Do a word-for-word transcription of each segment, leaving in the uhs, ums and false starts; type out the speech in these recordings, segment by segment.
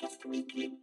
Outcast Weekly.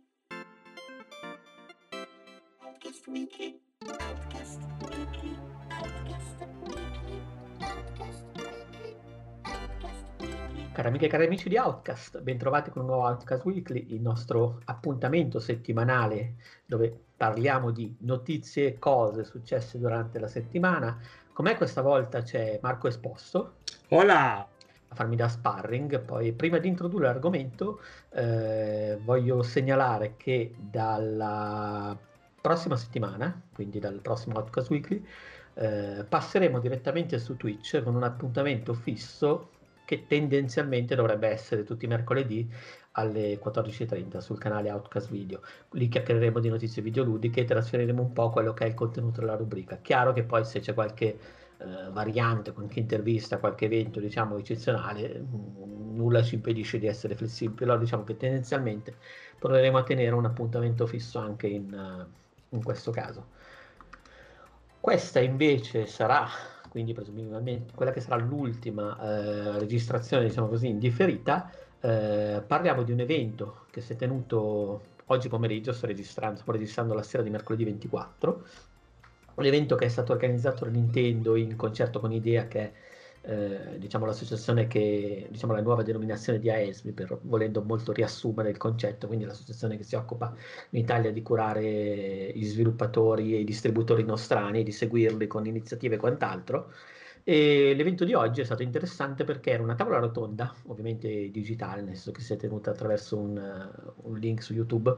Outcast Weekly. Outcast Weekly. Outcast Weekly. Outcast Weekly. Outcast Weekly. Cari amiche e cari amici di Outcast, bentrovati con un nuovo Outcast Weekly, il nostro appuntamento settimanale dove parliamo di notizie e cose successe durante la settimana. Con me questa volta c'è Marco Esposto. Hola! A farmi da sparring. Poi prima di introdurre l'argomento eh, voglio segnalare che dalla prossima settimana, quindi dal prossimo Outcast Weekly, eh, passeremo direttamente su Twitch con un appuntamento fisso che tendenzialmente dovrebbe essere tutti i mercoledì alle quattordici e trenta sul canale Outcast Video. Lì chiacchiereremo di notizie videoludiche e trasferiremo un po' quello che è il contenuto della rubrica. Chiaro che poi se c'è qualche Uh, variante, qualche intervista, qualche evento diciamo eccezionale, mh, nulla ci impedisce di essere flessibili, però diciamo che tendenzialmente proveremo a tenere un appuntamento fisso anche in, uh, in questo caso. Questa invece sarà quindi presumibilmente quella che sarà l'ultima uh, registrazione, diciamo così, indifferita. Uh, parliamo di un evento che si è tenuto oggi pomeriggio, sto registrando, sto registrando la sera di mercoledì ventiquattro. Un evento che è stato organizzato da Nintendo in concerto con Idea, che è eh, diciamo l'associazione che, diciamo la nuova denominazione di A E S M I, per, volendo molto riassumere il concetto, quindi l'associazione che si occupa in Italia di curare gli sviluppatori e i distributori nostrani, di seguirli con iniziative e quant'altro. E l'evento di oggi è stato interessante perché era una tavola rotonda, ovviamente digitale, nel senso che si è tenuta attraverso un, uh, un link su YouTube,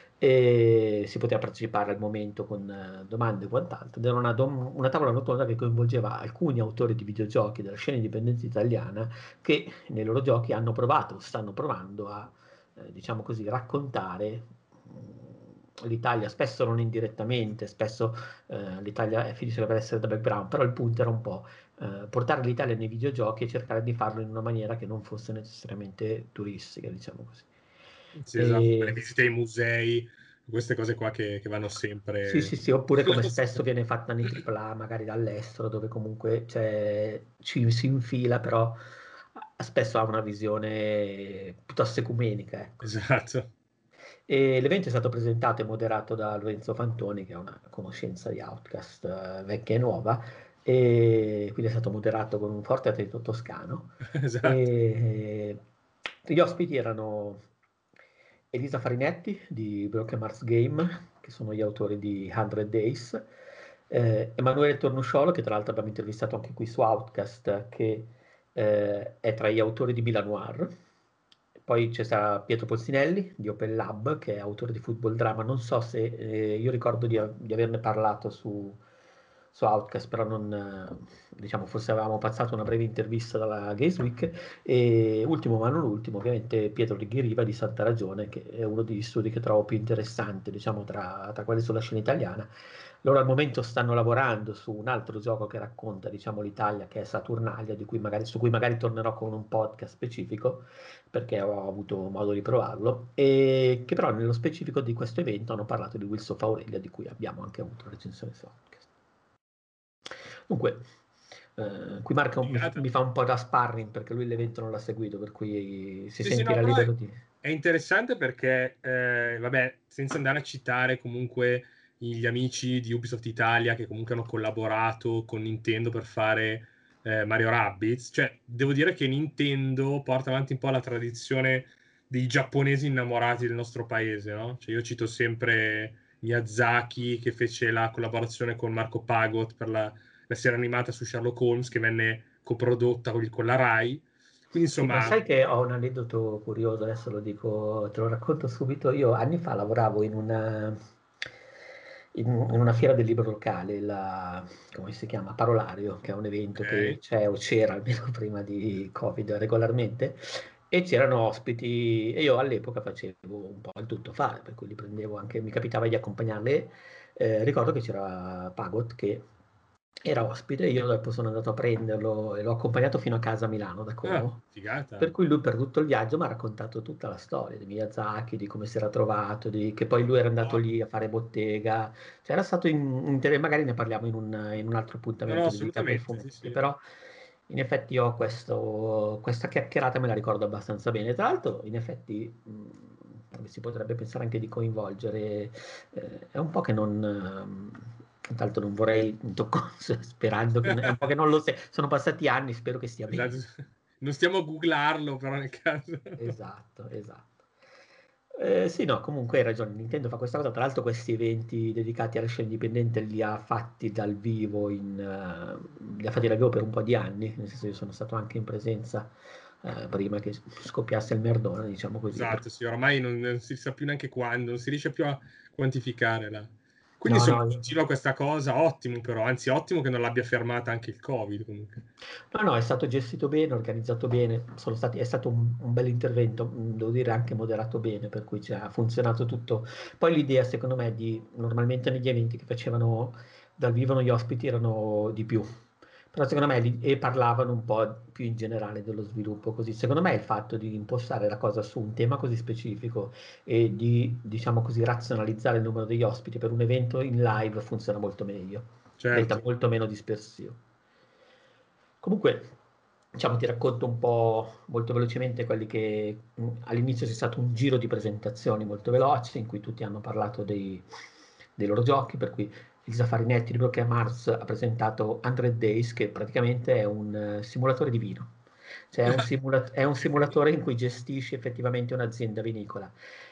e si poteva partecipare al momento con uh, domande e quant'altro. Ed era una, dom- una tavola rotonda che coinvolgeva alcuni autori di videogiochi della scena indipendente italiana che nei loro giochi hanno provato, stanno provando a, eh, diciamo così, raccontare mh, l'Italia, spesso non indirettamente, spesso eh, l'Italia è finisce per essere da background, però il punto era un po' eh, portare l'Italia nei videogiochi e cercare di farlo in una maniera che non fosse necessariamente turistica, diciamo così. Sì, esatto, E... le visite ai musei, queste cose qua che, che vanno sempre. Sì, sì, sì, oppure come spesso viene fatta nei tripla A, magari dall'estero, dove comunque c'è, ci si infila, però spesso ha una visione piuttosto ecumenica, ecco. Esatto. E l'evento è stato presentato e moderato da Lorenzo Fantoni, che è una conoscenza di Outcast eh, vecchia e nuova, e quindi è stato moderato con un forte accento toscano. Esatto. E gli ospiti erano Elisa Farinetti di Broken Hearts Game, che sono gli autori di hundred Days, eh, Emanuele Tornusciolo, che tra l'altro abbiamo intervistato anche qui su Outcast, che eh, è tra gli autori di Milan Noir. Poi c'è stato Pietro Polsinelli di Open Lab, che è autore di Football Drama. Non so se eh, io ricordo di, di averne parlato su, su Outcast, però non, eh, diciamo, forse avevamo passato una breve intervista dalla Games Week. E ultimo ma non ultimo, ovviamente Pietro Righiriva di Santa Ragione, che è uno degli studi che trovo più interessante, diciamo, tra, tra quelli sulla scena italiana. Loro al momento stanno lavorando su un altro gioco che racconta, diciamo, l'Italia, che è Saturnalia, di cui magari, su cui magari tornerò con un podcast specifico, perché ho avuto modo di provarlo, e che però nello specifico di questo evento hanno parlato di Wilson of Aurelia, di cui abbiamo anche avuto una recensione su podcast. Dunque, eh, qui Marco mi, mi fa un po' da sparring, perché lui l'evento non l'ha seguito, per cui si Sì, sentirà sì, no, libero è, di... è interessante perché, eh, vabbè, senza andare a citare comunque gli amici di Ubisoft Italia che comunque hanno collaborato con Nintendo per fare eh, Mario Rabbids, cioè devo dire che Nintendo porta avanti un po' la tradizione dei giapponesi innamorati del nostro paese, no? Cioè io cito sempre Miyazaki che fece la collaborazione con Marco Pagot per la, la serie animata su Sherlock Holmes che venne coprodotta con, con la Rai. Quindi Sì, ma insomma, sai che ho un aneddoto curioso, adesso lo dico, te lo racconto subito. Io anni fa lavoravo in una, in, in una fiera del libro locale, la, come si chiama? Parolario, che è un evento che ok. c'è o c'era almeno prima di Covid regolarmente, e c'erano ospiti e io all'epoca facevo un po' il tutto fare, per cui li prendevo anche, mi capitava di accompagnarli. Eh, ricordo che c'era Pagot che era ospite, io dopo sono andato a prenderlo e l'ho accompagnato fino a casa a Milano da Ah, Como. figata. Per cui lui per tutto il viaggio mi ha raccontato tutta la storia di Miyazaki, di come si era trovato, di che poi lui era andato Oh, lì a fare bottega. Cioè era stato in, in- magari ne parliamo in un, in un altro no, no, appuntamento dedicato ai assolutamente, sì, fumetti, sì. però in effetti io ho questo, questa chiacchierata me la ricordo abbastanza bene. Tra l'altro, in effetti, mh, si potrebbe pensare anche di coinvolgere. Eh, è un po' che non... ehm, Intanto non vorrei, tocco, sperando che è un po' che non lo sé, sono passati anni, spero che stia bene. Esatto. Non stiamo a googlarlo, però nel caso. Esatto, esatto. Eh, sì, no, comunque hai ragione, Nintendo fa questa cosa, tra l'altro questi eventi dedicati alla scena indipendente li ha fatti dal vivo, in, eh, li ha fatti dal vivo per un po' di anni, nel senso io sono stato anche in presenza eh, prima che scoppiasse il merdone, diciamo così. Esatto, sì, ormai non, non si sa più neanche quando, non si riesce più a quantificare la... Quindi No, insomma no, continua questa cosa, ottimo però, anzi ottimo che non l'abbia fermata anche il Covid comunque. no, no, è stato gestito bene, organizzato bene, sono stati, è stato un, un bel intervento, mh, devo dire anche moderato bene, per cui cioè, ha funzionato tutto. Poi l'idea, secondo me, di normalmente negli eventi che facevano dal vivo gli ospiti erano di più, però secondo me li- e parlavano un po' più in generale dello sviluppo, così. Secondo me il fatto di impostare la cosa su un tema così specifico e di, diciamo così, razionalizzare il numero degli ospiti per un evento in live funziona molto meglio, diventa Certo. molto meno dispersivo. Comunque, diciamo, ti racconto un po' molto velocemente quelli che mh, all'inizio c'è stato un giro di presentazioni molto veloci in cui tutti hanno parlato dei, dei loro giochi, per cui il Zafarinetti di Broken Mars ha presentato cento Days, che praticamente è un eh, simulatore di vino. Cioè è un, simula- è un simulatore in cui gestisci effettivamente un'azienda vinicola.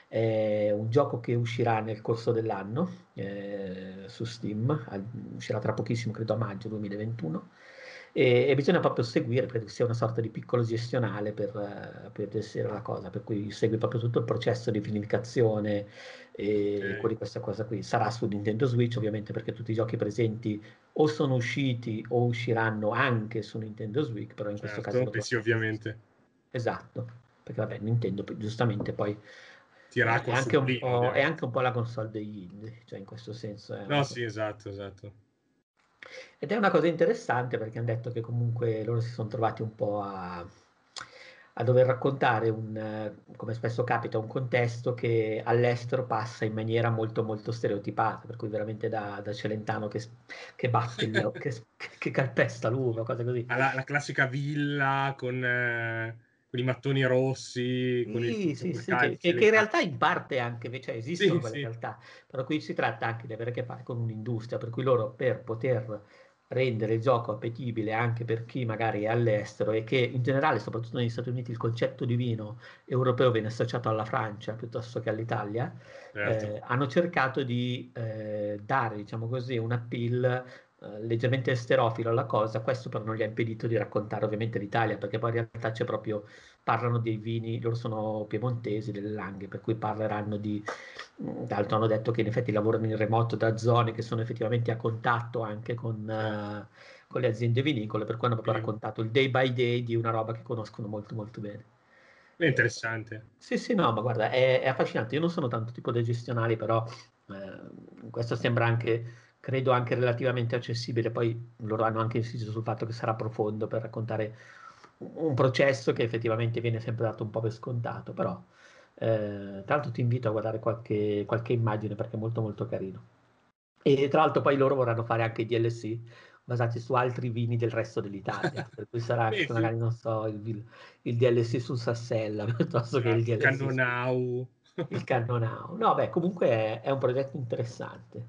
È un gioco che uscirà nel corso dell'anno eh, su Steam, al- uscirà tra pochissimo, credo a maggio duemilaventuno. E, e bisogna proprio seguire, credo che sia una sorta di piccolo gestionale per, eh, per gestire la cosa, per cui segui proprio tutto il processo di vinificazione e Ok. curi questa cosa qui. Sarà su Nintendo Switch, ovviamente, perché tutti i giochi presenti o sono usciti o usciranno anche su Nintendo Switch, però in questo caso Certo, lo eh sì, trovi su Switch. ovviamente. Esatto, perché vabbè, Nintendo poi, giustamente poi Tira eh, è col anche un supplino, po', è ovviamente. anche un po' la console degli indie, cioè in questo senso è No, una sì, cosa. esatto, esatto. Ed è una cosa interessante perché hanno detto che comunque loro si sono trovati un po' a, a dover raccontare un, eh, come spesso capita, un contesto che all'estero passa in maniera molto molto stereotipata, per cui veramente da, da Celentano che, che batte il, che, che calpesta l'uva, cose così. Ha la, la classica villa con, eh, con i mattoni rossi, con il Sì, sì, sì, che, fotocalci che- che in elegante. realtà in parte anche, cioè esistono Sì, quelle sì, realtà, però qui si tratta anche di avere a che fare con un'industria, per cui loro per poter rendere il gioco appetibile anche per chi magari è all'estero e che in generale, soprattutto negli Stati Uniti, il concetto di vino europeo viene associato alla Francia piuttosto che all'Italia, certo. eh, hanno cercato di eh, dare, diciamo così, un appeal eh, leggermente esterofilo alla cosa, questo però non gli ha impedito di raccontare ovviamente l'Italia, perché poi in realtà c'è proprio parlano dei vini, loro sono piemontesi, delle Langhe, per cui parleranno di, mh, tra l'altro hanno detto che in effetti lavorano in remoto da zone che sono effettivamente a contatto anche con, Certo. eh, con le aziende vinicole, per cui hanno proprio Quindi, raccontato il day by day di una roba che conoscono molto molto bene. è Eh, interessante. sì, sì, no, ma guarda, è, è affascinante. Io non sono tanto tipo dei gestionali, però eh, questo sembra anche, credo, anche relativamente accessibile. Poi loro hanno anche insistito sul fatto che sarà profondo per raccontare un un processo che effettivamente viene sempre dato un po' per scontato, però eh, tra l'altro ti invito a guardare qualche, qualche immagine perché è molto molto carino. E tra l'altro poi loro vorranno fare anche D L C basati su altri vini del resto dell'Italia, per cui sarà Beh, anche sì, magari, non so, il, il D L C su Sassella piuttosto che il esatto. D L C su Cannonau. il Cannonau. No, beh, comunque è, è un progetto interessante.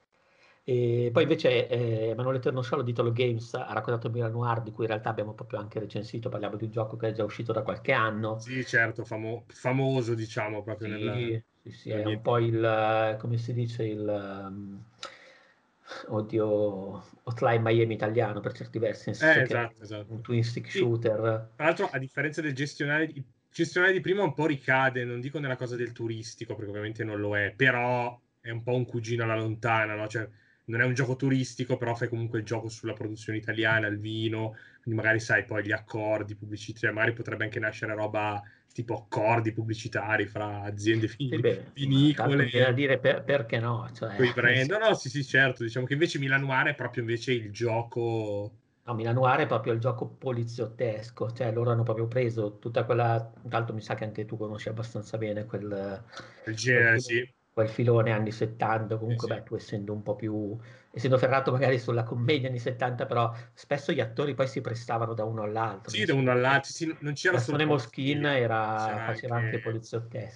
E poi invece eh, Emanuele Ternosciolo di Tolo Games ha raccontato Milan Noir, di cui in realtà abbiamo proprio anche recensito, parliamo di un gioco che è già uscito da qualche anno. Sì, certo, famo- famoso, diciamo, proprio nella- Sì, sì, sì, è un nell'ambiente. po' il, eh, come si dice, il, ehm, oddio, Hotline Miami italiano per certi versi, nel senso Eh, che è esatto, un esatto. twin stick Sì, shooter. tra l'altro, a differenza del gestionale, il gestionale di prima un po' ricade, non dico nella cosa del turistico, perché ovviamente non lo è, però è un po' un cugino alla lontana, no? Cioè, non è un gioco turistico, però fai comunque il gioco sulla produzione italiana, il vino, quindi magari sai poi gli accordi pubblicitari, magari potrebbe anche nascere roba tipo accordi pubblicitari fra aziende Sì, vi- beh, ma tanto vinicole, viene a dire per- perché no, con i cioè, nel brand. No, no, senso. sì, sì, certo, diciamo che invece Milan Noir è proprio invece il gioco... No, Milano Noir è proprio il gioco poliziottesco, cioè loro hanno proprio preso tutta quella, intanto mi sa che anche tu conosci abbastanza bene quel, del quel genere, filone, sì. quel filone anni settanta, Sì, comunque sì. beh, tu essendo un po' più, essendo ferrato magari sulla commedia anni settanta, però spesso gli attori poi si prestavano da uno all'altro, Sì, nel da uno senso che all'altro, sì, non c'era Gastone soltanto Moschin Filia, era, c'era faceva anche anche poliziotteschi.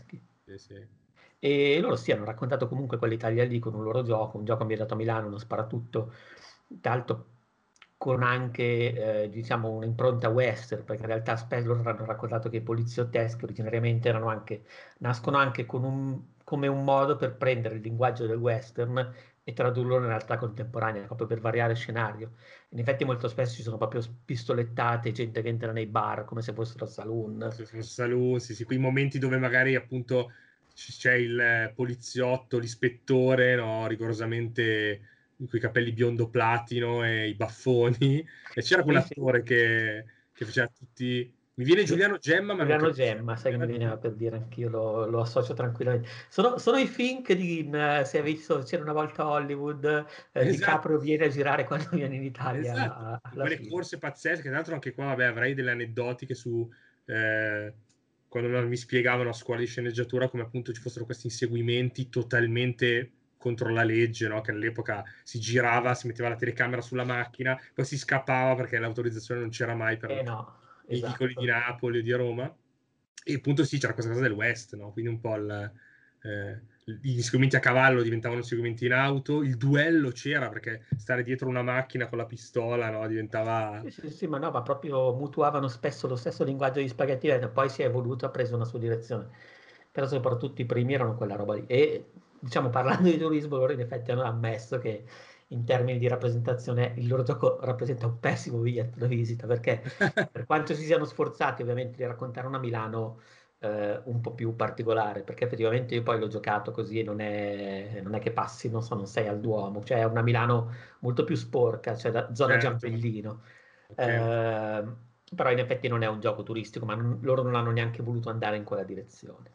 Sì, sì. E loro sì, hanno raccontato comunque quell'Italia lì con un loro gioco, un gioco ambientato a Milano, uno sparatutto, tra l'altro con anche eh, diciamo un'impronta western, perché in realtà spesso loro hanno raccontato che i poliziotteschi originariamente erano anche, nascono anche con un, come un modo per prendere il linguaggio del western e tradurlo in realtà contemporanea, proprio per variare scenario. In effetti molto spesso ci sono proprio pistolettate, gente che entra nei bar come se fossero saloon. Se fosse saloon, sì, sì, quei momenti dove magari appunto c- c'è il eh, poliziotto, l'ispettore, no, rigorosamente con i capelli biondo platino e i baffoni. E c'era Sì, sì. quell'attore che, che faceva tutti... Mi viene Giu- Giuliano Gemma, ma non Giuliano capisco Gemma, sai che mi era veniva lui. per dire, anch'io lo, lo associo tranquillamente. Sono, sono i film che di, eh, se hai visto C'era una volta a Hollywood, eh, Esatto, DiCaprio viene a girare quando viene in esatto. Italia In alla quelle fine. corse pazzesche, tra l'altro anche qua, vabbè, avrei delle aneddotiche su... eh, quando mi spiegavano a scuola di sceneggiatura come appunto ci fossero questi inseguimenti totalmente contro la legge, no? Che all'epoca si girava, si metteva la telecamera sulla macchina, poi si scappava perché l'autorizzazione non c'era mai per Eh no, i vicoli di esatto. Napoli o di Roma. E appunto sì, c'era questa cosa del West, no? Quindi un po' il, eh, gli inseguimenti a cavallo diventavano inseguimenti in auto, il duello c'era perché stare dietro una macchina con la pistola, no? Diventava... Sì, sì, sì, ma no, ma proprio mutuavano spesso lo stesso linguaggio di spaghetti e poi si è evoluto, ha preso una sua direzione. Però soprattutto i primi erano quella roba lì. E diciamo, parlando di turismo, loro in effetti hanno ammesso che in termini di rappresentazione il loro gioco rappresenta un pessimo biglietto da visita, perché per quanto si siano sforzati ovviamente di raccontare una Milano eh, un po' più particolare, perché effettivamente io poi l'ho giocato così e non è, non è che passi, non so, non sei al Duomo, cioè è una Milano molto più sporca, cioè da zona Certo, Giampellino. ok, ok. Eh, però in effetti non è un gioco turistico, ma non- loro non hanno neanche voluto andare in quella direzione.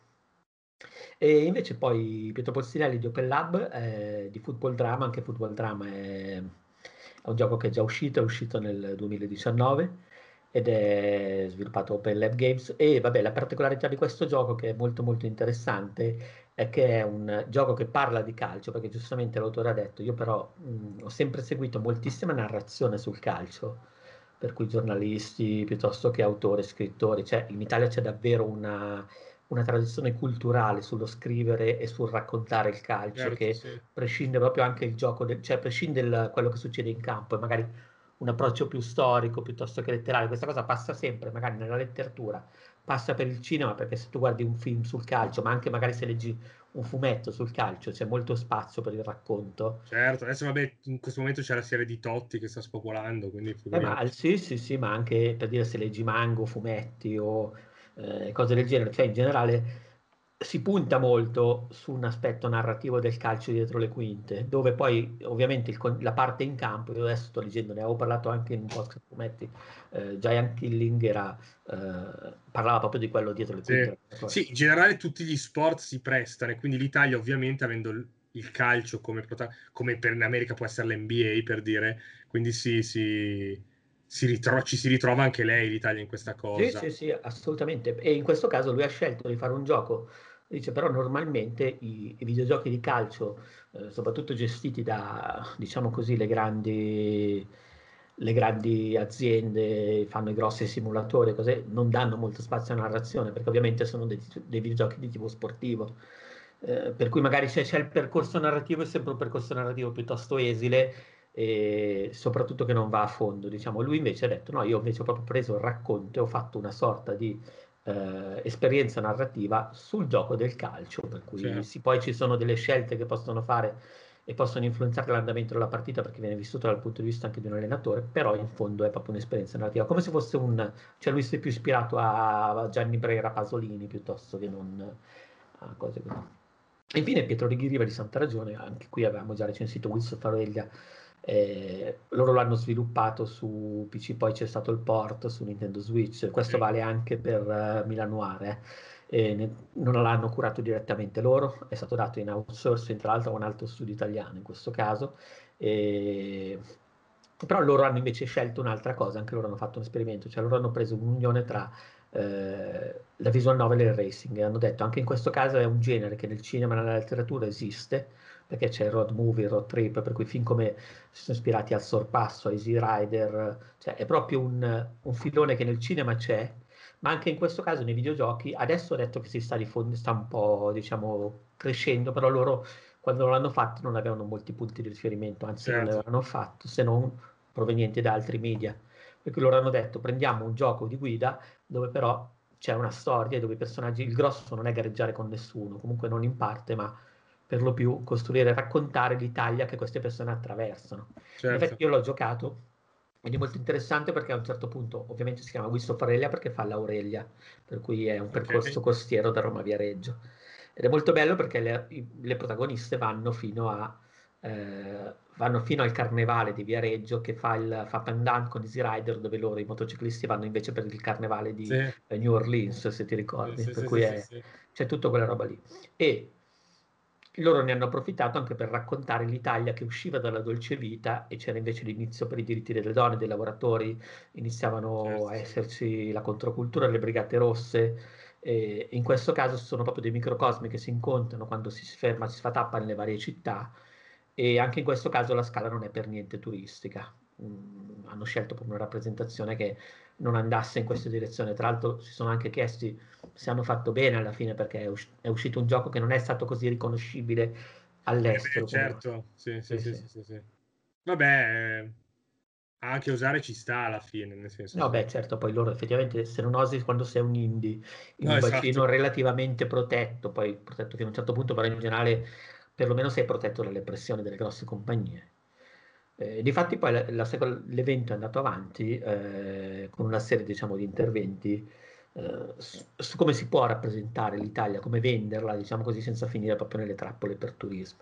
E invece poi Pietro Porcinelli di Open Lab, eh, di Football Drama, anche Football Drama è, è un gioco che è già uscito, è uscito nel duemiladiciannove ed è sviluppato Open Lab Games e vabbè la particolarità di questo gioco che è molto molto interessante è che è un gioco che parla di calcio, perché giustamente l'autore ha detto, io però mh, ho sempre seguito moltissima narrazione sul calcio, per cui giornalisti piuttosto che autori, scrittori, cioè in Italia c'è davvero una, una tradizione culturale sullo scrivere e sul raccontare il calcio Certo, che sì. prescinde proprio anche il gioco, del- cioè prescinde da quello che succede in campo e magari un approccio più storico piuttosto che letterario. Questa cosa passa sempre, magari nella letteratura, passa per il cinema, perché se tu guardi un film sul calcio, ma anche magari se leggi un fumetto sul calcio, c'è molto spazio per il racconto. Certo, adesso vabbè, in questo momento c'è la serie di Totti che sta spopolando, quindi Eh, ma figuriamoci. sì, sì, sì, ma anche per dire se leggi manga, fumetti o eh, cose del genere, cioè in generale si punta molto su un aspetto narrativo del calcio dietro le quinte, dove poi ovviamente il con- la parte in campo, io adesso sto leggendo, ne avevo parlato anche in un podcast fumetti, eh, Giant Killing era, eh, parlava proprio di quello dietro le Sì. quinte. Sì, in generale tutti gli sport si prestano e quindi l'Italia ovviamente avendo il, il calcio come, prota- come per in America può essere l'N B A per dire, quindi si, si, si ritro- ci si ritrova anche lei l'Italia in questa Sì, cosa. sì, sì, assolutamente. E in questo caso lui ha scelto di fare un gioco, dice però normalmente i, i videogiochi di calcio, eh, soprattutto gestiti da, diciamo così, le grandi, le grandi aziende, fanno i grossi simulatori, e così, non danno molto spazio alla narrazione, perché ovviamente sono dei, dei videogiochi di tipo sportivo. Eh, per cui magari se c'è il percorso narrativo è sempre un percorso narrativo piuttosto esile e soprattutto che non va a fondo, diciamo. Lui invece ha detto no, io invece ho proprio preso il racconto e ho fatto una sorta di eh, esperienza narrativa sul gioco del calcio, per cui Certo. sì, poi ci sono delle scelte che possono fare e possono influenzare l'andamento della partita perché viene vissuto dal punto di vista anche di un allenatore, però in fondo è proprio un'esperienza narrativa, come se fosse un, cioè lui si è più ispirato a Gianni Brera Pasolini piuttosto che non a cose così. E infine Pietro Righi Riva di Santa Ragione, anche qui avevamo già recensito Wilson Fareglia, eh, loro l'hanno sviluppato su P C, poi c'è stato il port su Nintendo Switch, questo Sì. vale anche per uh, Milanoire, eh. E ne- non l'hanno curato direttamente loro, è stato dato in outsourcing tra l'altro a un altro studio italiano in questo caso, e... però loro hanno invece scelto un'altra cosa, anche loro hanno fatto un esperimento, cioè loro hanno preso un'unione tra eh, la visual novel e il racing e hanno detto anche in questo caso è un genere che nel cinema e nella letteratura esiste, perché c'è il road movie, il road trip, per cui film come si sono ispirati al Sorpasso, a Easy Rider, cioè è proprio un, un filone che nel cinema c'è, ma anche in questo caso nei videogiochi, adesso ho detto che si sta diffondendo, sta un po', diciamo, crescendo, però loro quando l'hanno fatto non avevano molti punti di riferimento, anzi non Certo. l'avevano fatto, se non provenienti da altri media. Per cui loro hanno detto prendiamo un gioco di guida dove però c'è una storia, dove i personaggi, il grosso non è gareggiare con nessuno, comunque non in parte, ma per lo più costruire e raccontare l'Italia che queste persone attraversano. In Certo. effetti io l'ho giocato ed è molto interessante perché a un certo punto, ovviamente si chiama Guisto Farellia perché fa l'Aurelia, per cui è un percorso Ok. costiero da Roma a Viareggio. Ed è molto bello perché le, i- le protagoniste vanno fino a eh, vanno fino al carnevale di Viareggio che fa il fa pendant con Easy Rider, dove loro i motociclisti vanno invece per il carnevale di Sì, eh, New Orleans, se ti sì, ricordi, sì, per sì, cui sì, sì, è- sì. c'è tutta quella roba lì. E loro ne hanno approfittato anche per raccontare l'Italia che usciva dalla dolce vita e c'era invece l'inizio per i diritti delle donne, dei lavoratori, iniziavano Certo, a sì. esserci la controcultura, le brigate rosse. E in questo caso sono proprio dei microcosmi che si incontrano quando si ferma, si fa tappa nelle varie città e anche in questo caso la scala non è per niente turistica. Mm, hanno scelto proprio una rappresentazione che non andasse in questa direzione. Tra l'altro si sono anche chiesti se hanno fatto bene alla fine perché è, usci- è uscito un gioco che non è stato così riconoscibile Eh beh, all'estero come... certo, sì, sì, Sì, sì, sì. sì, sì, sì. Vabbè, eh, anche usare ci sta alla fine, nel senso No, sì. beh, certo, poi loro effettivamente se non osi quando sei un indie in No, un esatto. bacino relativamente protetto, poi protetto fino a un certo punto, però in generale perlomeno sei protetto dalle pressioni delle grosse compagnie. Eh, difatti poi la- la seco- l'evento è andato avanti eh, con una serie, diciamo, di interventi eh, su, su come si può rappresentare l'Italia, come venderla, diciamo così, senza finire proprio nelle trappole per turismo.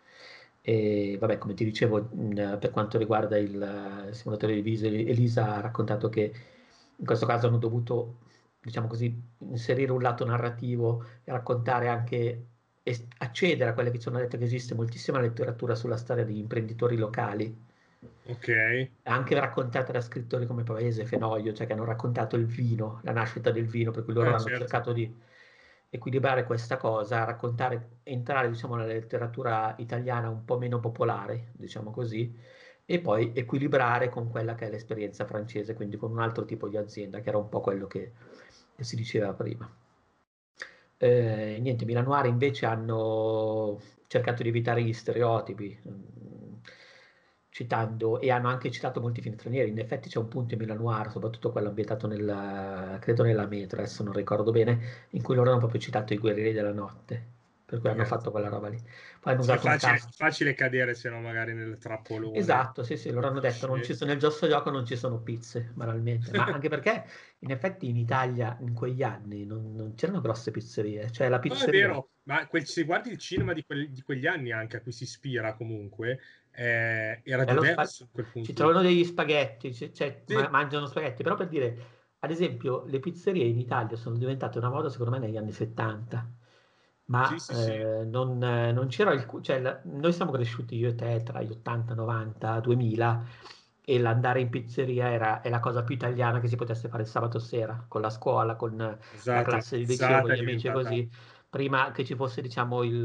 E vabbè, come ti dicevo, mh, per quanto riguarda il eh, simulatore di viso, Elisa ha raccontato che in questo caso hanno dovuto, diciamo così, inserire un lato narrativo e raccontare anche, e accedere a quelle che ci hanno detto che esiste moltissima letteratura sulla storia degli imprenditori locali, Ok, anche raccontata da scrittori come Pavese, Fenoglio, cioè che hanno raccontato il vino, la nascita del vino, per cui loro eh, hanno certo. cercato di equilibrare questa cosa, raccontare, entrare, diciamo, nella letteratura italiana un po' meno popolare, diciamo così, e poi equilibrare con quella che è l'esperienza francese, quindi con un altro tipo di azienda, che era un po' quello che, che si diceva prima. Eh, niente, Milanoire invece hanno cercato di evitare gli stereotipi, mh, citando, e hanno anche citato molti film stranieri. In effetti c'è un punto in Milanoire, soprattutto quello ambientato nella, credo nella metro, adesso non ricordo bene, in cui loro hanno proprio citato i Guerrieri della Notte, per cui hanno Certo. fatto quella roba lì. Poi hanno Sì, è usato un facile, cast. facile cadere se no magari nel trappolone Esatto, sì, sì, loro del hanno detto non cliché. ci sono, nel gioco non ci sono pizze, banalmente, ma anche perché in effetti in Italia in quegli anni non, non c'erano grosse pizzerie, cioè la No, è pizzeria. vero, ma quel- se guardi il cinema di, quel- di quegli anni anche a cui si ispira comunque, eh, era È lo spa- diverso in quel ci punto lì. trovano degli spaghetti, c- cioè, ma- Sì, mangiano spaghetti, però per dire, ad esempio, le pizzerie in Italia sono diventate una moda secondo me negli anni settanta, sì, ma sì, sì. eh, non, eh, non c'era il... cu- cioè, la- noi siamo cresciuti io e te tra gli ottanta, novanta, duemila e l'andare in pizzeria era, è la cosa più italiana che si potesse fare il sabato sera, con la scuola, con eh, la Esatto, la classe di liceo, con pizzata è gli amici e diventata... così, prima che ci fosse, diciamo, il,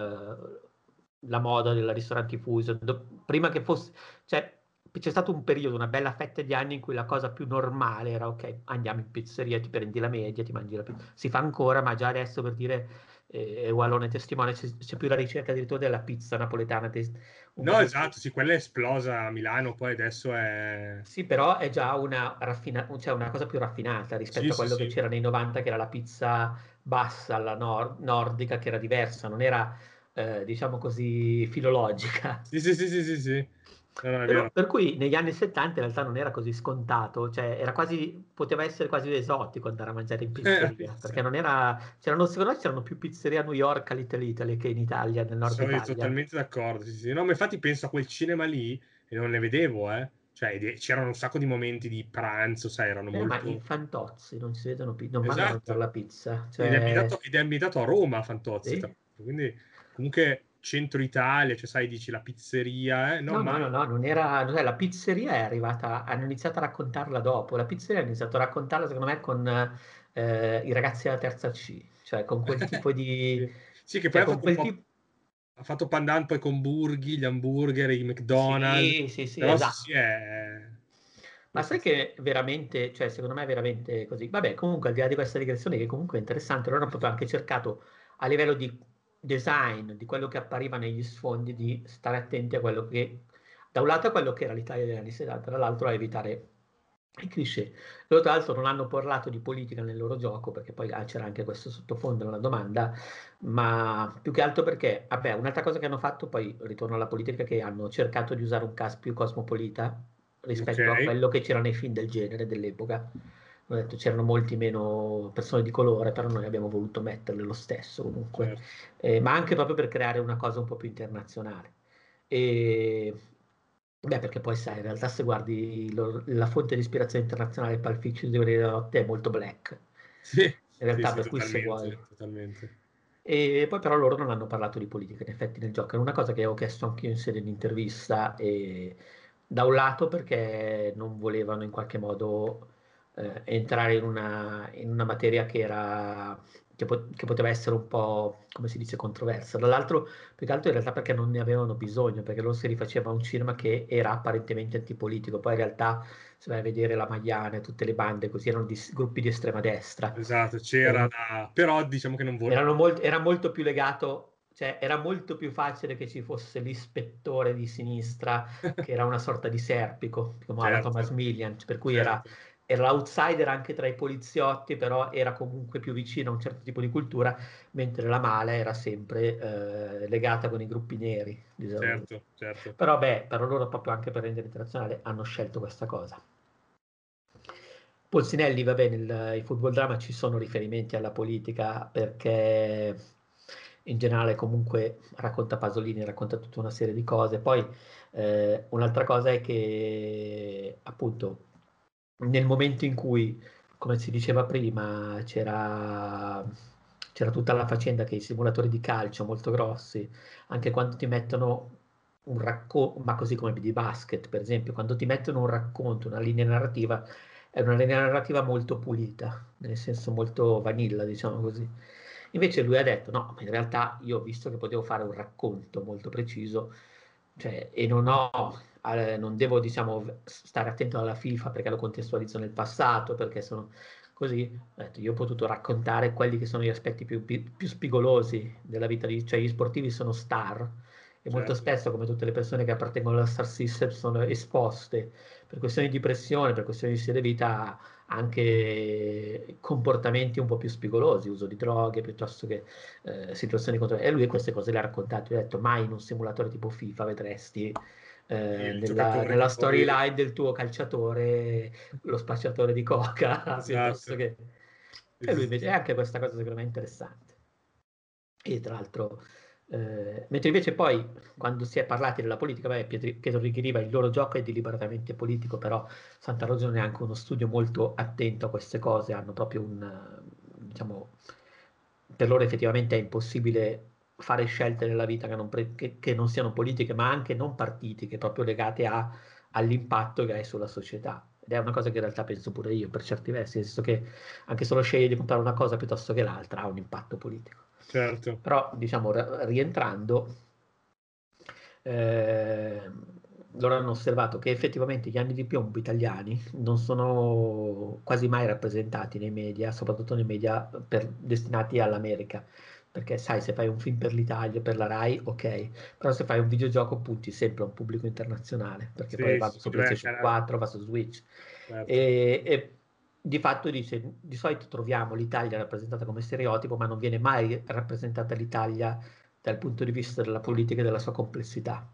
eh, la moda del ristorante fusion, do- prima che fosse, cioè, c'è stato un periodo, una bella fetta di anni in cui la cosa più normale era, ok, andiamo in pizzeria, ti prendi la media, ti mangi la pizza. Si fa ancora, ma già adesso per dire, eh, Wallone è testimone, c'è, c'è più la ricerca addirittura della pizza napoletana, te- un po' No, più... esatto, sì, quella è esplosa a Milano, poi adesso è... Sì, però è già una, raffina- cioè una cosa più raffinata Sì, rispetto a sì, quello che sì. c'era nei novanta, che era la pizza bassa, la nor- nordica, che era diversa, non era, eh, diciamo così, filologica. Sì, sì, sì, sì, sì, sì. No, no, è Per, vero. per cui negli anni settanta in realtà non era così scontato, cioè era quasi, poteva essere quasi esotico andare a mangiare in Eh, la pizzeria, perché pizza. non era, c'erano, secondo me c'erano più pizzerie a New York, a Little Italy, che in Italia, nel nord Sono Italia. totalmente d'accordo. Sì, sì. No, ma infatti penso a quel cinema lì e non ne vedevo, eh. Cioè, ed- c'erano un sacco di momenti di pranzo, sai, erano Eh, ma i molto... fantozzi non si vedono più, non vanno a mangiare Esatto. la pizza, Ed è cioè, ambientato, ed è ambientato a Roma, Fantozzi, tra sì. l'altro. Quindi, comunque, centro Italia, cioè, sai, dici la pizzeria, eh? No, No, no, ma... no, no, non era, cioè, la pizzeria è arrivata, hanno iniziato a raccontarla dopo, la pizzeria hanno iniziato a raccontarla secondo me con eh, i ragazzi della terza C, cioè con quel tipo di, Sì. Sì, che poi cioè ha con fatto un quel po'... tipo, Ha fatto pandan poi con Burghi, gli hamburger, i McDonald's. sì, sì, sì, Però sì, esatto. sì, è... Ma sai che veramente, cioè secondo me è veramente così. Vabbè, comunque al di là di questa digressione che comunque è interessante, loro hanno proprio anche cercato a livello di design, di quello che appariva negli sfondi, di stare attenti a quello che, da un lato a quello che era l'Italia degli anni settanta, dall'altro a evitare i cliché. Loro tra l'altro non hanno parlato di politica nel loro gioco, perché poi ah, c'era anche questo sottofondo nella domanda, ma più che altro perché, vabbè, un'altra cosa che hanno fatto, poi ritorno alla politica, che hanno cercato di usare un cast più cosmopolita rispetto a Ok, quello che c'era nei film del genere dell'epoca. Ho detto c'erano molti meno persone di colore, però noi abbiamo voluto metterle lo stesso comunque, certo. eh, ma anche proprio per creare una cosa un po' più internazionale. E, beh, perché poi sai, in realtà se guardi lo- la fonte di ispirazione internazionale Pulp Fiction di Guerrieri della Notte è molto black, Sì, in sì, realtà sì, per cui se vuoi. totalmente, totalmente. E poi però loro non hanno parlato di politica, in effetti nel gioco. È una cosa che avevo chiesto anch'io in sede di intervista, e da un lato perché non volevano in qualche modo eh, entrare in una, in una materia che era, che, po- che poteva essere un po', come si dice, controversa. Dall'altro, più che altro in realtà perché non ne avevano bisogno, perché loro si rifaceva un cinema che era apparentemente antipolitico, poi in realtà se vai a vedere la Magliana e tutte le bande così erano di, gruppi di estrema destra. Esatto, c'era Erano la... però diciamo che non vuole... erano molt- era molto più legato, cioè era molto più facile che ci fosse l'ispettore di sinistra, che era una sorta di Serpico, come alla Thomas Certo, Millian, per cui era, certo, era l'outsider anche tra i poliziotti, però era comunque più vicino a un certo tipo di cultura, mentre la Mala era sempre eh, legata con i gruppi neri, diciamo così. certo, certo. Però beh, per loro proprio anche per rendere internazionale hanno scelto questa cosa. Polsinelli, va bene, nel, in football drama ci sono riferimenti alla politica perché in generale comunque racconta Pasolini, racconta tutta una serie di cose. Poi eh, un'altra cosa è che appunto nel momento in cui, come si diceva prima, c'era c'era tutta la faccenda che i simulatori di calcio molto grossi, anche quando ti mettono un racconto, ma così come di basket, per esempio, quando ti mettono un racconto, una linea narrativa, è una linea narrativa molto pulita, nel senso molto vanilla, diciamo così. Invece lui ha detto: no, in realtà io ho visto che potevo fare un racconto molto preciso, cioè, e non ho, eh, non devo, diciamo, stare attento alla FIFA perché lo contestualizzo nel passato, perché sono così. Ho detto, io ho potuto raccontare quelli che sono gli aspetti più, più, più spigolosi della vita di, cioè gli sportivi sono star, e molto Certo, spesso, come tutte le persone che appartengono alla star system, sono esposte per questioni di pressione, per questioni di stile di vita, anche comportamenti un po' più spigolosi, uso di droghe piuttosto che eh, situazioni contro. E lui queste cose le ha raccontate. Io ho detto, mai in un simulatore tipo FIFA vedresti eh, il nella, giocatore che nella poi... storyline del tuo calciatore lo spacciatore di coca piuttosto Esatto, che... sì, E sì, lui sì, invece è sì. anche questa cosa secondo me interessante. E tra l'altro, eh, mentre invece poi quando si è parlati della politica, beh, Pietri- Pietro Righi, il loro gioco è deliberatamente politico, però Santa Rosone è anche uno studio molto attento a queste cose, hanno proprio un, eh, diciamo, per loro effettivamente è impossibile fare scelte nella vita che non, pre- che- che non siano politiche, ma anche non partitiche, proprio legate a- all'impatto che hai sulla società. Ed è una cosa che in realtà penso pure io, per certi versi, nel senso che anche solo scegli di comprare una cosa piuttosto che l'altra ha un impatto politico. Certo, Però, diciamo, ra- rientrando, eh, loro hanno osservato che effettivamente gli anni di piombo italiani non sono quasi mai rappresentati nei media, soprattutto nei media per- destinati all'America. Perché sai, se fai un film per l'Italia, per la Rai, ok, però se fai un videogioco punti sempre a un pubblico internazionale, perché poi sì, vanno sì, su beh, PlayStation cara- quattro, va su Switch. certo, E, e di fatto dice, di solito troviamo l'Italia rappresentata come stereotipo, ma non viene mai rappresentata l'Italia dal punto di vista della politica e della sua complessità.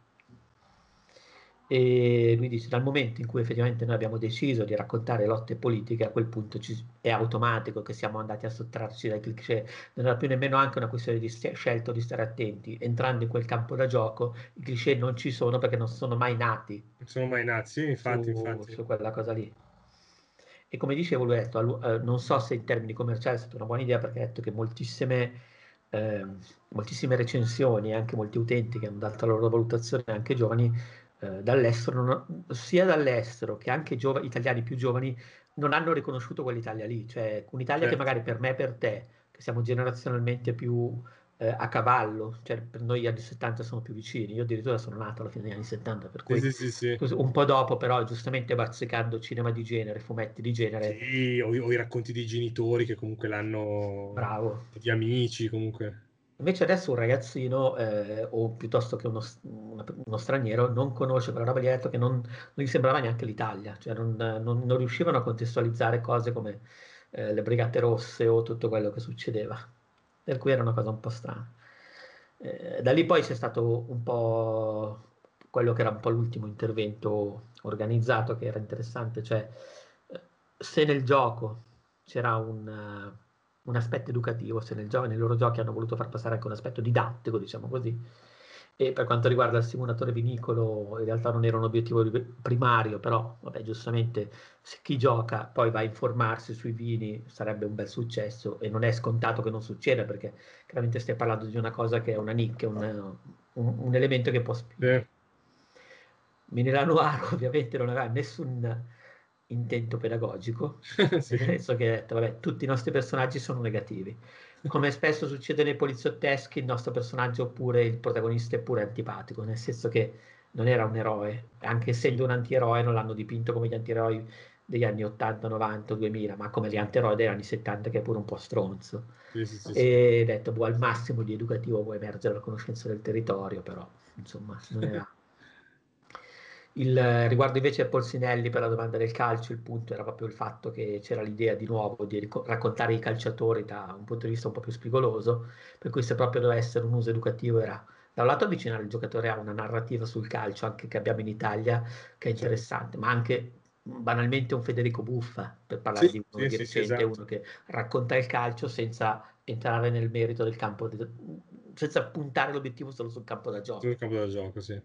E lui dice, dal momento in cui effettivamente noi abbiamo deciso di raccontare lotte politiche, a quel punto ci- è automatico che siamo andati a sottrarci dai cliché, non era più nemmeno anche una questione di st- scelta o di stare attenti. Entrando in quel campo da gioco, i cliché non ci sono perché non sono mai nati non sono mai nati, sì, infatti, su, infatti, su quella cosa lì. E come dicevo, lui ha detto, a lu- eh, non so se in termini commerciali è stata una buona idea, perché ha detto che moltissime, ehm, moltissime recensioni e anche molti utenti che hanno dato la loro valutazione, anche giovani, eh, dall'estero, non- sia dall'estero che anche giova- italiani più giovani, non hanno riconosciuto quell'Italia lì, cioè un'Italia che certo, magari per me e per te, che siamo generazionalmente più eh, a cavallo, cioè per noi gli anni settanta sono più vicini, io addirittura sono nato alla fine degli anni settanta, per Sì, cui sì, sì, sì. così, un po' dopo però giustamente bazzicando cinema di genere, fumetti di genere, Sì, o, i o i racconti dei genitori che comunque l'hanno, bravo. di amici comunque. Invece adesso un ragazzino, eh, o piuttosto che uno, s- una- uno straniero, non conosce quella roba lì, ha detto che non, non gli sembrava neanche l'Italia, cioè non, non- non riuscivano a contestualizzare cose come eh, le Brigate Rosse o tutto quello che succedeva, per cui era una cosa un po' strana. Eh, da lì poi c'è stato un po' quello che era un po' l'ultimo intervento organizzato, che era interessante, cioè eh, se nel gioco c'era un, eh, un aspetto educativo, se nel gioco, nei loro giochi hanno voluto far passare anche un aspetto didattico, diciamo così. E per quanto riguarda il simulatore vinicolo, in realtà non era un obiettivo primario, però vabbè, giustamente se chi gioca poi va a informarsi sui vini sarebbe un bel successo e non è scontato che non succeda perché chiaramente stai parlando di una cosa che è una nicchia, un, un, un elemento che può Sì. spingere. Minera Noir ovviamente non aveva nessun intento pedagogico, nel Sì. senso che ha detto, vabbè, tutti i nostri personaggi sono negativi. Come spesso succede nei poliziotteschi, il nostro personaggio oppure il protagonista è pure antipatico, nel senso che non era un eroe, anche essendo un antieroe non l'hanno dipinto come gli antieroi degli anni ottanta, novanta, duemila, ma come gli antieroi degli anni settanta che è pure un po' stronzo. Sì, sì, sì, sì. E ha detto, boh, al massimo di educativo può emergere la conoscenza del territorio, però insomma non era... Il, riguardo invece a Polsinelli per la domanda del calcio, il punto era proprio il fatto che c'era l'idea di nuovo di rico- raccontare i calciatori da un punto di vista un po' più spigoloso, per cui se proprio doveva essere un uso educativo era da un lato avvicinare il giocatore a una narrativa sul calcio, anche che abbiamo in Italia, che è Certo. interessante, ma anche banalmente un Federico Buffa, per parlare Sì, di uno sì, di sì, sì, recente, esatto. uno che racconta il calcio senza entrare nel merito del campo, de- senza puntare l'obiettivo solo sul campo da Sul gioco. campo da gioco, sì.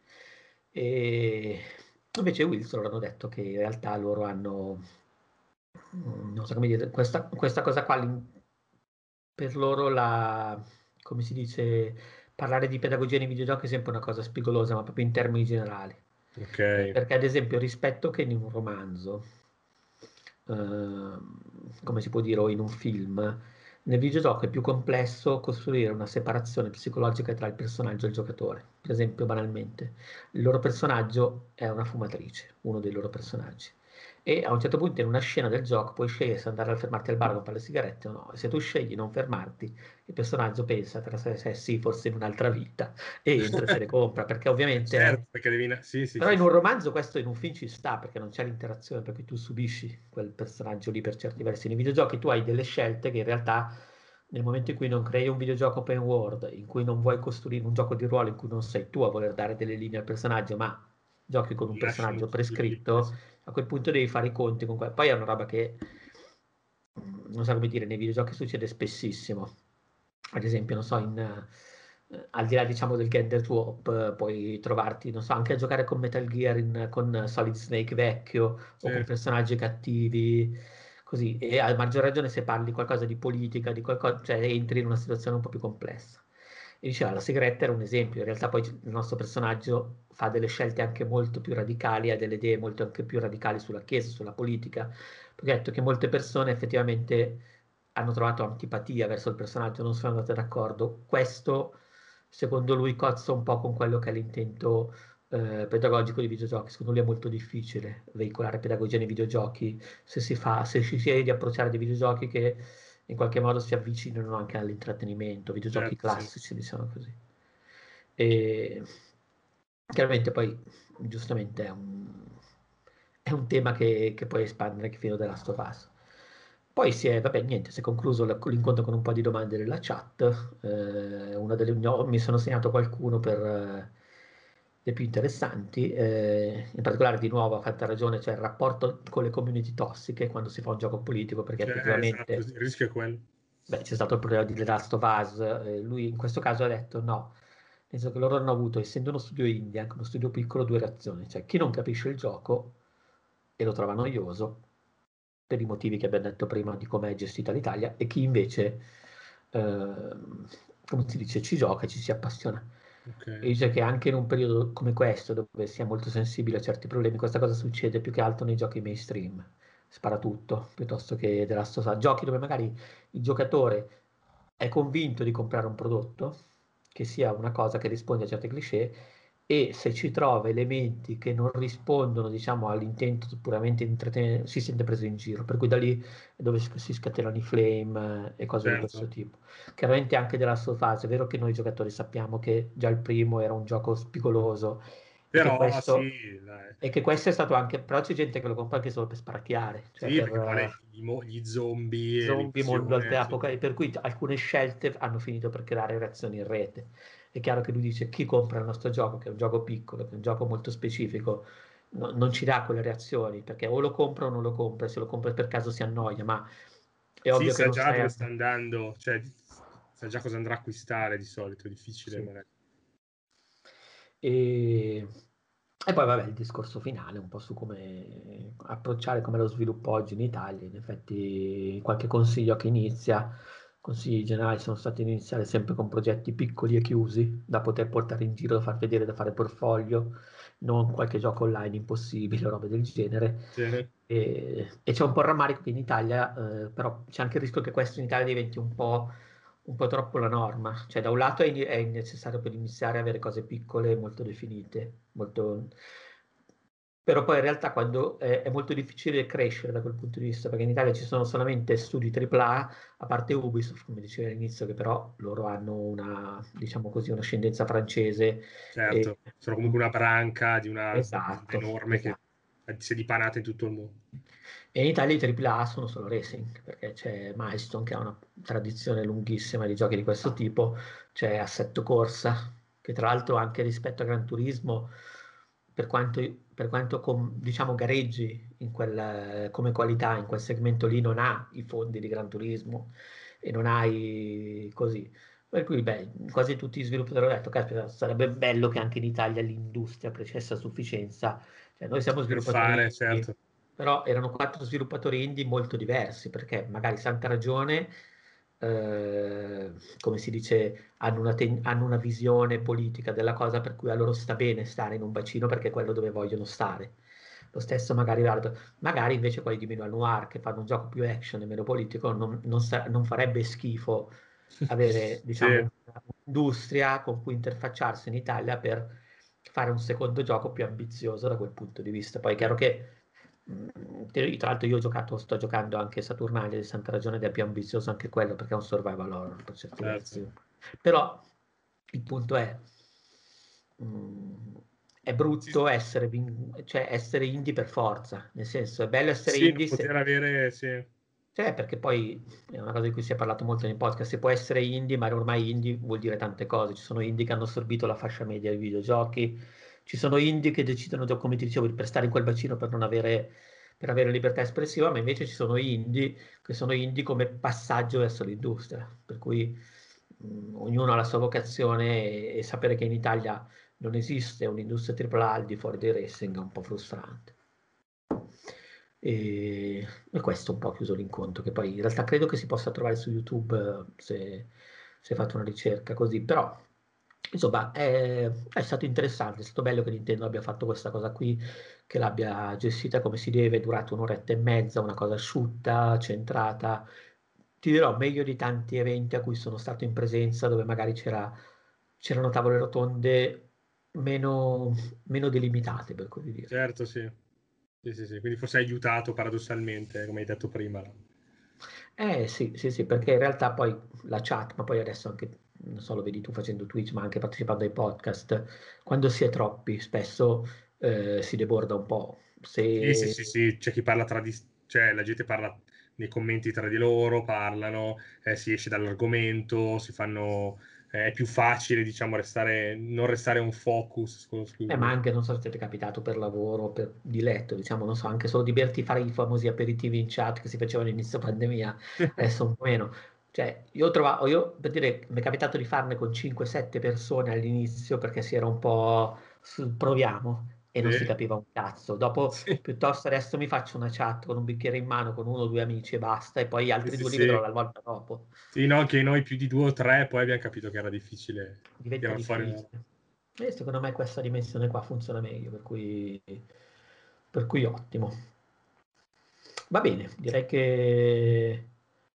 E invece Wilson hanno detto che in realtà loro hanno, mm, non so come dire, questa, questa cosa qua, l'in- per loro la, come si dice, parlare di pedagogia nei videogiochi è sempre una cosa spigolosa, ma proprio in termini generali. Ok. Eh, perché ad esempio rispetto che in un romanzo, ehm, come si può dire, o in un film, nel videogioco è più complesso costruire una separazione psicologica tra il personaggio e il giocatore. Per esempio, banalmente, il loro personaggio è una fumatrice, uno dei loro personaggi. E a un certo punto in una scena del gioco puoi scegliere se andare a fermarti al bar a comprare le sigarette o no. E se tu scegli non fermarti, il personaggio pensa tra sé e sé, sì, forse in un'altra vita, e entra e se le compra, perché Eh, ovviamente è... certo, perché devi... na- Sì, sì, Però sì, in un sì. romanzo questo in un film ci sta, perché non c'è l'interazione, perché tu subisci quel personaggio lì per certi versi. Nei videogiochi tu hai delle scelte che in realtà nel momento in cui non crei un videogioco open world, in cui non vuoi costruire un gioco di ruolo, in cui non sei tu a voler dare delle linee al personaggio, ma giochi con un Lasciano personaggio tutto libero. prescritto, Sì. a quel punto devi fare i conti con quello. Poi è una roba che, mm, non so come dire, nei videogiochi succede spessissimo. Ad esempio, non so, in, eh, al di là diciamo del Gender Swap, eh, puoi trovarti, non so, anche a giocare con Metal Gear, in- con Solid Snake vecchio o con Certo. personaggi cattivi, così. E a maggior ragione se parli qualcosa di politica, di qualcosa, cioè entri in una situazione un po' più complessa. E diceva, la sigaretta era un esempio, in realtà poi il nostro personaggio fa delle scelte anche molto più radicali, ha delle idee molto anche più radicali sulla Chiesa, sulla politica, perché ha detto che molte persone effettivamente hanno trovato antipatia verso il personaggio, non sono andate d'accordo. Questo, secondo lui, cozza un po' con quello che è l'intento eh, pedagogico dei videogiochi. Secondo lui è molto difficile veicolare pedagogia nei videogiochi se si fa, se si sceglie di approcciare dei videogiochi che in qualche modo si avvicinano anche all'intrattenimento, videogiochi Certo, sì. classici, diciamo così. E chiaramente poi, giustamente, è un, è un tema che, che puoi espandere che fino della Last of Us. Poi si è, vabbè, niente, si è concluso la- l'incontro con un po' di domande nella chat. Eh, una delle, no, mi sono segnato qualcuno per eh, le più interessanti. Eh, in particolare, di nuovo, ha fatto ragione, cioè il rapporto con le community tossiche quando si fa un gioco politico, perché Cioè, eh, esatto, effettivamente il rischio è quello. beh, c'è stato il problema di The Last of Us, eh, lui in questo caso ha detto no, nel senso che loro hanno avuto, essendo uno studio indie, anche uno studio piccolo, due reazioni, cioè chi non capisce il gioco e lo trova noioso, per i motivi che abbiamo detto prima di come è gestita l'Italia, e chi invece, ehm, come si dice, ci gioca e ci si appassiona. Ok. E dice che anche in un periodo come questo, dove si è molto sensibile a certi problemi, questa cosa succede più che altro nei giochi mainstream, spara tutto, piuttosto che The Last of Us, giochi dove magari il giocatore è convinto di comprare un prodotto, che sia una cosa che risponde a certi cliché, e se ci trova elementi che non rispondono, diciamo, all'intento puramente di intrattenimento, si sente preso in giro. Per cui da lì è dove si si scatenano i flame eh, e cose di questo certo. tipo. Chiaramente anche della sua fase, è vero che noi giocatori sappiamo che già il primo era un gioco spigoloso e che Però questo, sì, dai. e che questo è stato anche, però c'è gente che lo compra anche solo per sparacchiare, cioè Sì, per perché poi eh, le- gli, mo- gli zombie e zombie, mondo l'invasione, sì. apocalittico, per cui alcune scelte hanno finito per creare reazioni in rete. È chiaro che lui dice chi compra il nostro gioco, che è un gioco piccolo, che è un gioco molto specifico, no- non ci dà quelle reazioni, perché o lo compra o non lo compra, se lo compra per caso si annoia, ma è Sì, ovvio che sa non già stai dove a... sta andando, cioè sa già cosa andrà a acquistare di solito, è difficile Sì. magari. E... e poi vabbè il discorso finale, un po' su come approcciare come lo sviluppo oggi in Italia, in effetti qualche consiglio a chi inizia, consigli generali sono stati iniziare sempre con progetti piccoli e chiusi, da poter portare in giro, da far vedere, da fare portfolio, non qualche gioco online impossibile o robe del genere. Sì. E, e c'è un po' il rammarico che in Italia, eh, però c'è anche il rischio che questo in Italia diventi un po', un po' troppo la norma. Cioè, da un lato è, è necessario per iniziare a avere cose piccole e molto definite, molto... però poi in realtà quando è, è molto difficile crescere da quel punto di vista, perché in Italia ci sono solamente studi tripla A, a parte Ubisoft, come dicevo all'inizio, che però loro hanno una, diciamo così, un'ascendenza francese. E, Certo, sono comunque una branca di un'azienda esatto, enorme che esatto. si è dipanata in tutto il mondo. E in Italia i tripla A sono solo racing, perché c'è Milestone che ha una tradizione lunghissima di giochi di questo tipo, c'è Assetto Corsa, che tra l'altro anche rispetto a Gran Turismo, per quanto, per quanto com- diciamo gareggi in quel, come qualità in quel segmento lì, non ha i fondi di Gran Turismo e non hai così. Per cui, beh, quasi tutti gli sviluppatori hanno detto, caspita, sarebbe bello che anche in Italia l'industria crescesse a sufficienza. Cioè, noi siamo Per sviluppatori fare, indie, certo. però erano quattro sviluppatori indie molto diversi, perché magari Santa Ragione, eh, come si dice, hanno una, ten- hanno una visione politica della cosa per cui a loro sta bene stare in un bacino perché è quello dove vogliono stare. Lo stesso magari, guarda, magari invece quelli di Mino Noir che fanno un gioco più action e meno politico non, non sa- non farebbe schifo avere, Sì, diciamo, un'industria con cui interfacciarsi in Italia per fare un secondo gioco più ambizioso da quel punto di vista. Poi è chiaro che, mh, te- tra l'altro io ho giocato, sto giocando anche Saturnalia di Santa Ragione ed è più ambizioso anche quello perché è un survival horror per certi certo. versi. Però il punto è, mh, è Sì, brutto essere, vin- cioè essere indie per forza, nel senso è bello essere sì, non indie se... poter avere, sì. Cioè, perché poi è una cosa di cui si è parlato molto nei podcast, si può essere indie, ma ormai indie vuol dire tante cose. Ci sono indie che hanno assorbito la fascia media dei videogiochi, ci sono indie che decidono, come ti dicevo, di stare in quel bacino per non avere, per avere libertà espressiva, ma invece ci sono indie che sono indie come passaggio verso l'industria. Per cui mh, ognuno ha la sua vocazione e, e sapere che in Italia non esiste un'industria tripla A al di fuori dei racing è un po' frustrante. E, e questo un po' chiuso l'incontro, che poi in realtà credo che si possa trovare su YouTube eh, se, se fate una ricerca così, però insomma è, è stato interessante, è stato bello che Nintendo abbia fatto questa cosa qui, che l'abbia gestita come si deve, è durata un'oretta e mezza, una cosa asciutta, centrata. Ti dirò meglio di tanti eventi a cui sono stato in presenza dove magari c'era, c'erano tavole rotonde meno, meno delimitate, per così dire. Certo, sì. Sì, sì, sì. Quindi forse ha aiutato paradossalmente, come hai detto prima. Eh sì, sì, sì, perché in realtà poi la chat, ma poi adesso anche, non so, lo vedi tu facendo Twitch, ma anche partecipando ai podcast, quando si è troppi, spesso eh, si deborda un po'. Sì, sì, Se... sì, sì, c'è chi parla tra di... cioè la gente parla nei commenti tra di loro, parlano, eh, si esce dall'argomento, si fanno... eh, è più facile, diciamo, restare... non restare un focus su... Eh, ma su- anche, non so se ti è capitato per lavoro, per diletto, diciamo, non so, anche solo di berti fare i famosi aperitivi in chat che si facevano all'inizio pandemia, adesso un po' meno. Cioè, io ho trovato, io per dire, mi è capitato di farne con cinque sette persone all'inizio perché si era un po' sul proviamo e non si Sì, capiva un cazzo. Dopo, sì, piuttosto adesso mi faccio una chat con un bicchiere in mano con uno o due amici e basta, e poi gli sì, altri sì, due li vedrò sì. la volta dopo. Sì, no, che noi più di due o tre poi abbiamo capito che era difficile Diventa tirare fuori una... difficile. E secondo me questa dimensione qua funziona meglio, per cui, per cui ottimo. Va bene, direi che,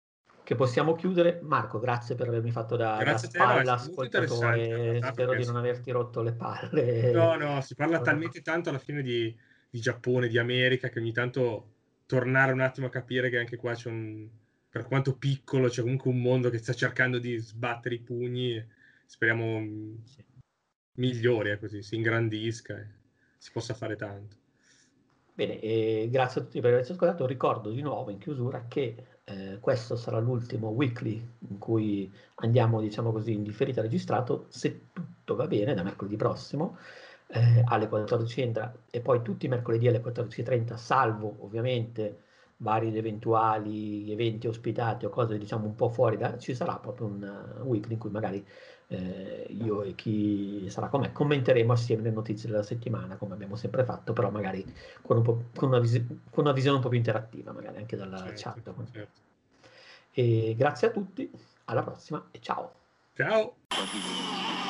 che possiamo chiudere. Marco, grazie per avermi fatto da, da Grazie a te, no, è spalla stato molto interessante in ascoltatore, realtà, spero perché di non si- averti rotto le palle. no, no, si parla talmente tanto alla fine di, di Giappone, di America, che ogni tanto tornare un attimo a capire che anche qua c'è un, per quanto piccolo, c'è comunque un mondo che sta cercando di sbattere i pugni, speriamo mh, Sì. migliori, eh, così si ingrandisca e si possa fare tanto. Bene, e grazie a tutti per averci ascoltato. Ricordo di nuovo in chiusura che eh, questo sarà l'ultimo weekly in cui andiamo, diciamo così, in differita registrato, se tutto va bene, da mercoledì prossimo eh, alle quattordici trenta e poi tutti i mercoledì alle quattordici e trenta, salvo ovviamente vari ed eventuali eventi ospitati o cose diciamo un po' fuori da... ci sarà proprio un uh, weekly in cui magari eh, io e chi sarà con me commenteremo assieme le notizie della settimana, come abbiamo sempre fatto, però magari con, un po', con, una, visi- con una visione un po' più interattiva, magari anche dalla Certo, chat. certo. E grazie a tutti, alla prossima e ciao! Ciao!